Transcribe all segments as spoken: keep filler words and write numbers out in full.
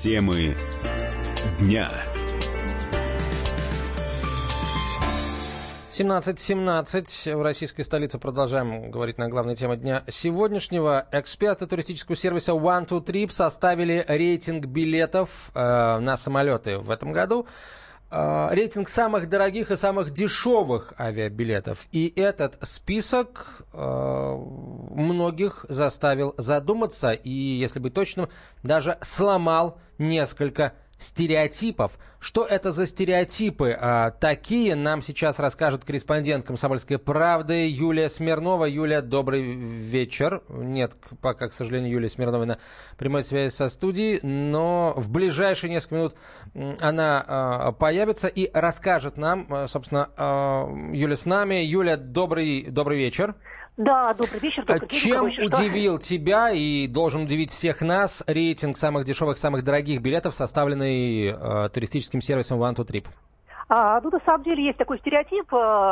Темы дня. семнадцать семнадцать в российской столице. Продолжаем говорить на главной теме дня сегодняшнего. Эксперты туристического сервиса One Two Trip составили рейтинг билетов э, на самолеты в этом году. Э, рейтинг самых дорогих и самых дешевых авиабилетов. И этот список э, многих заставил задуматься и, если быть точным, даже сломал несколько стереотипов. Что это за стереотипы а, такие, нам сейчас расскажет корреспондент «Комсомольской правды» Юлия Смирнова. Юлия, добрый вечер. Нет, пока, к сожалению, Юлия Смирнова на прямой связи со студией, но в ближайшие несколько минут она а, появится и расскажет нам, собственно, а, Юля с нами. Юля, добрый, добрый вечер. Да, добрый вечер. Добрый Чем вечер, удивил что? тебя и должен удивить всех нас рейтинг самых дешевых, самых дорогих билетов, составленный э, туристическим сервисом One Two Trip? А, ну, на самом деле, есть такой стереотип,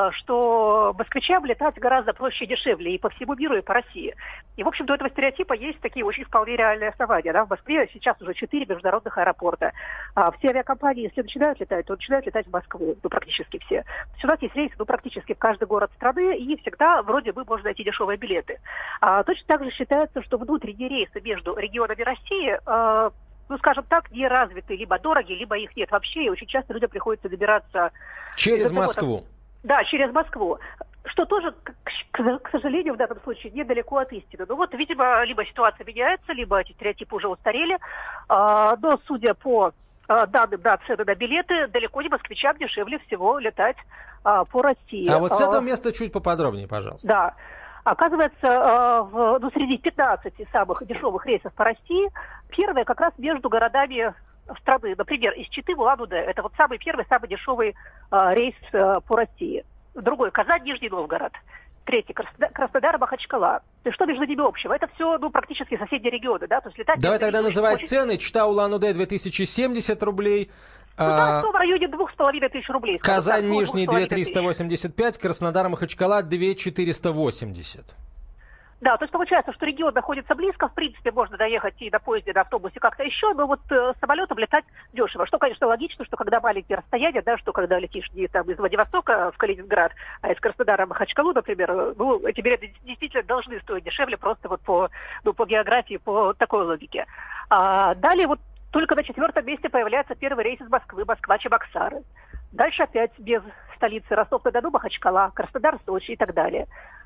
что москвичам летать гораздо проще и дешевле и по всему миру, и по России. И, в общем-то, у этого стереотипа есть такие очень вполне реальные основания. Да? В Москве сейчас уже четыре международных аэропорта. А все авиакомпании, если начинают летать, то начинают летать в Москву, ну, практически все. То есть у нас есть рейсы, ну, практически в каждый город страны, и всегда вроде бы можно найти дешевые билеты. А, точно так же считается, что внутренние рейсы между регионами России а, ну, скажем так, не развиты, либо дороги, либо их нет вообще, и очень часто людям приходится добираться... Через Москву. Да, через Москву. Что тоже, к, к, к сожалению, в данном случае недалеко от истины. Ну вот, видимо, либо ситуация меняется, либо эти стереотипы уже устарели, а, но, судя по а, данным на цены на билеты, далеко не москвичам дешевле всего летать а, по России. А вот с этого места чуть поподробнее, пожалуйста. Да. Оказывается, в, ну, среди пятнадцати самых дешевых рейсов по России первое как раз между городами страны. Например, из Читы в Улан-Удэ. Это вот самый первый, самый дешевый э, рейс э, по России. Другой — Казань, Нижний Новгород. Третий — Краснодар, Краснодар, Махачкала. То есть что между ними общего? Это все, ну, практически соседние регионы, да? То есть летать... Давай тогда называть очень... цены. Чита, Улан-Удэ две тысячи семьдесят рублей. Ну, да, в районе двух с половиной тысяч рублей. Казань, так, Нижний две тысячи триста восемьдесят пять, Краснодар, Махачкала две тысячи четыреста восемьдесят. Да, то есть получается, что регион находится близко, в принципе, можно доехать и на поезде, на автобусе как-то еще, но вот э, самолетом летать дешево. Что, конечно, логично, что когда маленькие расстояния, да, что когда летишь не там из Владивостока в Калининград, а из Краснодара в Махачкалу, например, ну, эти билеты действительно должны стоить дешевле просто вот по, ну, по географии, по такой логике. А далее вот только на четвертом месте появляется первый рейс из Москвы, Москва-Чебоксары. Дальше опять без столицы Ростов-на-Дону, Махачкала, Краснодар, Сочи и так далее.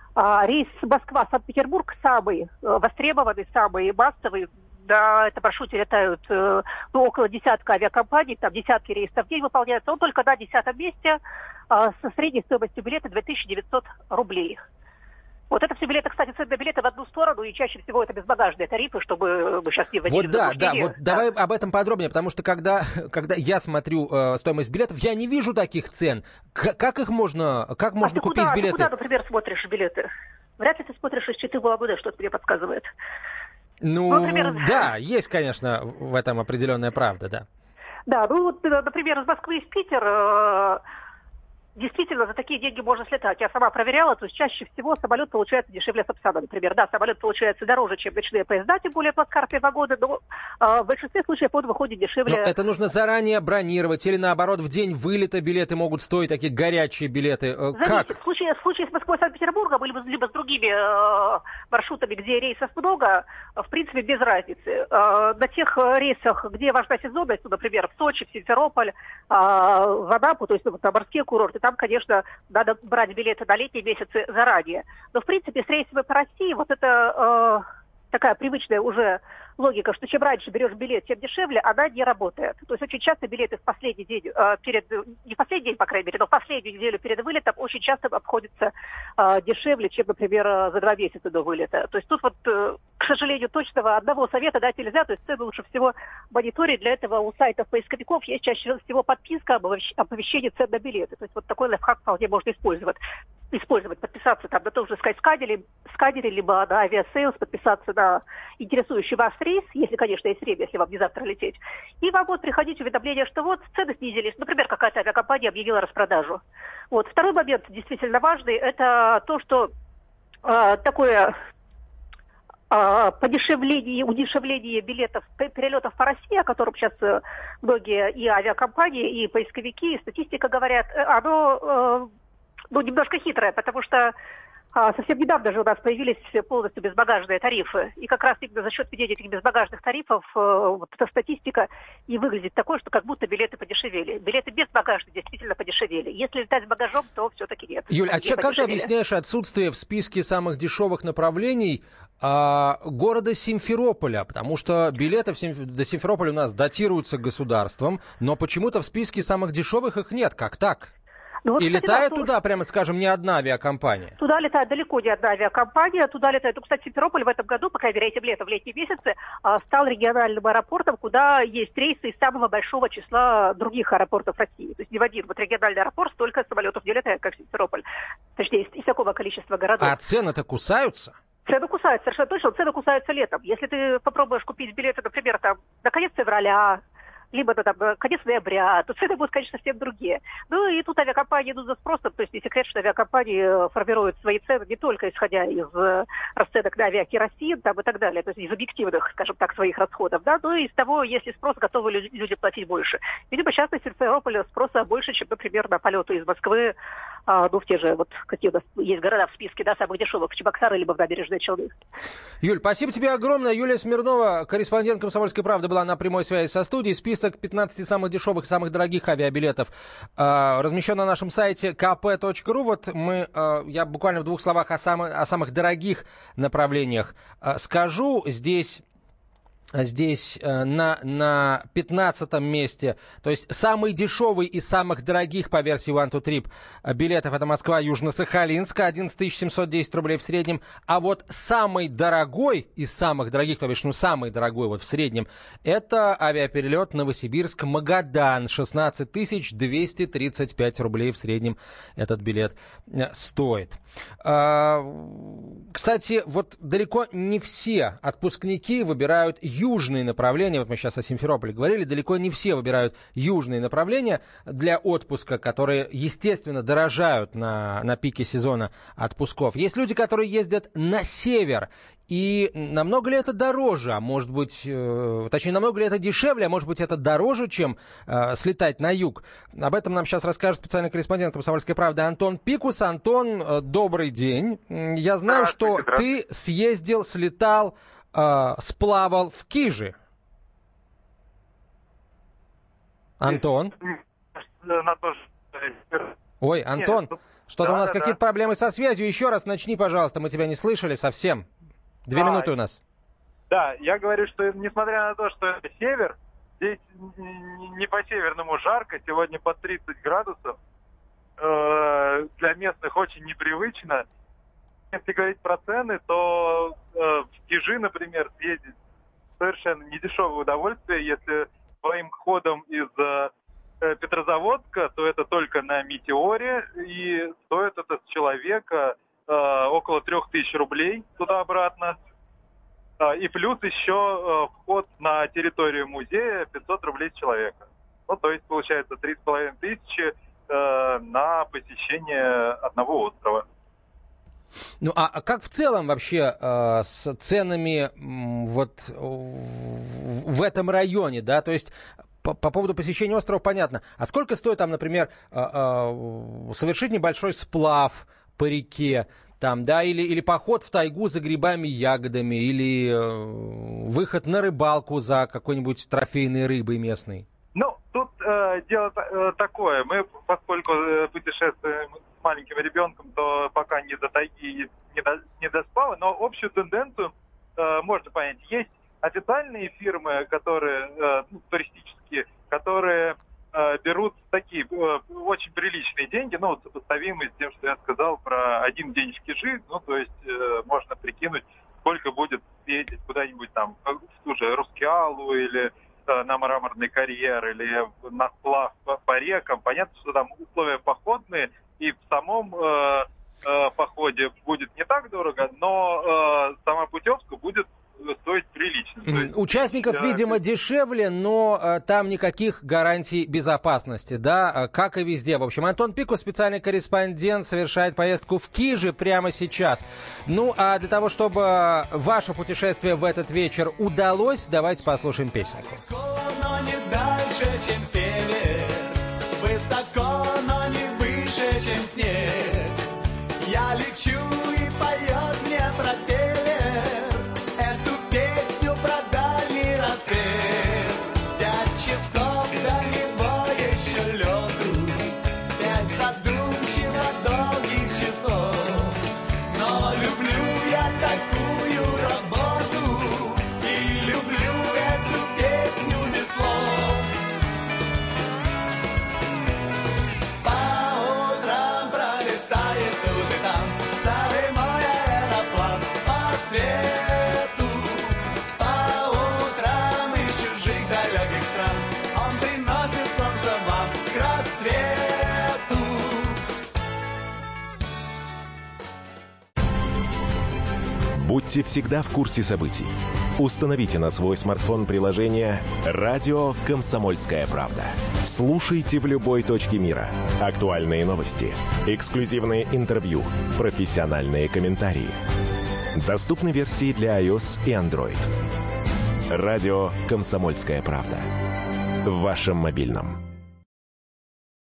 А рейс Москва-Санкт-Петербург самый э, востребованный, самый массовый. На этом маршруте летают э, ну, около десятка авиакомпаний, там десятки рейсов в день выполняются. Он только на десятом месте э, со средней стоимостью билета две тысячи девятьсот рублей. Вот это все билеты, кстати, цены на билеты в одну сторону, и чаще всего это безбагажные тарифы, чтобы мы сейчас не вводили вот в да, да, заблуждение. вот да. Давай об этом подробнее, потому что когда, когда я смотрю э, стоимость билетов, я не вижу таких цен. К- как их можно, как можно а купить куда, билеты? Ты куда, например, смотришь билеты? Вряд ли ты смотришь из Читы в Улан-Удэ, что-то мне подсказывает. Ну, ну например... да, есть, конечно, в этом определенная правда, да. Да, ну вот, например, из Москвы и в Питер... Э- Действительно, за такие деньги можно слетать. Я сама проверяла, то есть чаще всего самолет получается дешевле Сапсана, например. Да, самолет получается дороже, чем ночные поезда, тем более плацкартные вагоны, но э, в большинстве случаев он выходит дешевле. Но это нужно заранее бронировать или, наоборот, в день вылета билеты могут стоить, такие горячие билеты. Зависит. Как? В случае, в случае с Москвой и Санкт-Петербургом, либо, либо с другими э, маршрутами, где рейсов много, в принципе, без разницы. Э, на тех рейсах, где важна сезонность, ну, например, в Сочи, в Симферополь, э, в Анапу, то есть ну, там морские курорты, там, конечно, надо брать билеты на летние месяцы заранее. Но, в принципе, с рейсами по России вот это э, такая привычная уже логика, что чем раньше берешь билет, тем дешевле, она не работает. То есть очень часто билеты в последний день, э, перед, не в последний день, по крайней мере, но в последнюю неделю перед вылетом очень часто обходятся э, дешевле, чем, например, за два месяца до вылета. То есть тут вот, э, к сожалению, точного одного совета дать нельзя, то есть цены лучше всего мониторить. Для этого у сайтов поисковиков есть чаще всего подписка об оповещении цен на билеты. То есть вот такой лайфхак вполне можно использовать. использовать, подписаться там на том же скайсканере, сканере, либо на авиасейлс, подписаться на интересующий вас рейс, если, конечно, есть время, если вам не завтра лететь. И вам будет приходить уведомление, что вот цены снизились. Например, какая-то авиакомпания объявила распродажу. Вот. Второй момент действительно важный, это то, что э, такое подешевление, удешевление билетов, перелетов по России, о котором сейчас многие и авиакомпании, и поисковики, и статистика говорят, оно ну, немножко хитрое, потому что совсем недавно же у нас появились полностью безбагажные тарифы. И как раз именно за счет введения этих безбагажных тарифов вот эта статистика и выглядит такой, что как будто билеты подешевели. Билеты безбагажные действительно подешевели. Если летать с багажом, то все-таки нет. Юль, а че, как ты объясняешь отсутствие в списке самых дешевых направлений а, города Симферополя? Потому что билеты в Симф... до Симферополя у нас датируются государством, но почему-то в списке самых дешевых их нет. Как так? Ну, вот, и кстати, летает да, туда, прямо скажем, не одна авиакомпания? Туда летает далеко не одна авиакомпания. Туда летает, ну, кстати, Симферополь в этом году, по крайней мере, этим летом, в летние месяцы, стал региональным аэропортом, куда есть рейсы из самого большого числа других аэропортов России. То есть не в один вот региональный аэропорт столько самолетов не летает, как Симферополь. Точнее, из, из такого количества городов. А цены-то кусаются? Цены кусаются, совершенно точно. Цены кусаются летом. Если ты попробуешь купить билеты, например, там, на конец февраля, либо на там, конец ноября, то цены будут, конечно, совсем другие. Ну и тут авиакомпании идут за спросом, то есть не секрет, что авиакомпании формируют свои цены не только исходя из э, расценок на авиакеросин там, и так далее, то есть из объективных, скажем так, своих расходов, да, но и из того, если спрос, готовы люди, люди платить больше. Видимо, сейчас на Симферополе спроса больше, чем, например, на полеты из Москвы, а, ну, в те же, вот, какие у нас есть города в списке, да, самых дешевых, в Чебоксары, либо в Набережные Челны. Юль, спасибо тебе огромное. Юлия Смирнова, корреспондент «Комсомольской правды», была на прямой связи со студией. Список пятнадцати самых дешевых и самых дорогих авиабилетов э, размещен на нашем сайте ка пэ точка ру. Вот мы, э, я буквально в двух словах о, сам, о самых дорогих направлениях э, скажу. Здесь... Здесь э, на, на пятнадцатом месте, то есть самый дешевый из самых дорогих по версии One Two Trip билетов — это Москва-Южно-Сахалинск, одиннадцать тысяч семьсот десять рублей в среднем. А вот самый дорогой из самых дорогих, то бишь, ну, самый дорогой вот в среднем, это авиаперелет Новосибирск-Магадан, шестнадцать тысяч двести тридцать пять рублей в среднем этот билет стоит. А, кстати, вот далеко не все отпускники выбирают южные направления, вот мы сейчас о Симферополе говорили, далеко не все выбирают южные направления для отпуска, которые, естественно, дорожают на, на пике сезона отпусков. Есть люди, которые ездят на север, и намного ли это дороже, а может быть, э, точнее, намного ли это дешевле, а может быть, это дороже, чем э, слетать на юг. Об этом нам сейчас расскажет специальный корреспондент «Комсомольской правды» Антон Пикус. Антон, э, добрый день. Я знаю, что ты съездил, слетал, Uh, сплавал в Кижи. Антон? Ой, Антон, что-то да, у нас да, какие-то да. проблемы со связью. Еще раз начни, пожалуйста, мы тебя не слышали совсем. Две а, минуты у нас. Да, я говорю, что несмотря на то, что это север, здесь не по-северному жарко, сегодня под тридцать градусов. Э, для местных очень непривычно. Если говорить про цены, то э, в Кижи, например, съездить совершенно недешевое удовольствие. Если своим ходом из э, Петрозаводска, то это только на Метеоре, и стоит это с человека э, около трех тысяч рублей туда-обратно. Э, и плюс еще э, вход на территорию музея пятьсот рублей с человека. Ну, то есть получается три с половиной тысячи э, на посещение одного острова. Ну, а, а как в целом вообще э, с ценами м, вот в, в этом районе, да, то есть по, по поводу посещения острова понятно. А сколько стоит там, например, э, э, совершить небольшой сплав по реке, там, да, или, или поход в тайгу за грибами и ягодами, или э, выход на рыбалку за какой-нибудь трофейной рыбой местной? Ну, тут э, дело э, такое. Мы, поскольку э, путешествуем с маленьким ребенком, то пока не до тайги, не до, не до сплава, но общую тенденцию э, можно понять. Есть официальные фирмы, которые э, ну, туристические, которые э, берут такие э, очень приличные деньги, ну, вот сопоставимые с тем, что я сказал про один день в Кижи, ну, то есть э, можно прикинуть, сколько будет съездить куда-нибудь там в ту же Рускеалу или на мраморный карьер или на сплав по, по рекам. Понятно, что там условия походные, и в самом э, э, походе будет не так дорого, но э, сама путевка будет стоить прилично. прилично. То есть, участников, я... видимо, дешевле, но а, там никаких гарантий безопасности, да, а, как и везде. В общем, Антон Пикус, специальный корреспондент, совершает поездку в Кижи прямо сейчас. Ну, а для того, чтобы ваше путешествие в этот вечер удалось, давайте послушаем песенку. Но не дальше, чем север, высоко, но не выше, чем снег. Я лечу и поет мне пропеллер эту песню про дальний рассвет. Пять часов до него еще лету, пять задумчиво долгих часов. Но люблю я такую работу и люблю эту песню без слов. По утрам пролетает тут и там старый мой аэроплан по свету. По утрам из чужих далеких стран он приносит солнце вам к рассвету. Будьте всегда в курсе событий. Установите на свой смартфон приложение «Радио Комсомольская правда». Слушайте в любой точке мира. Актуальные новости, эксклюзивные интервью, профессиональные комментарии. Доступны версии для iOS и Android. «Радио Комсомольская правда». В вашем мобильном.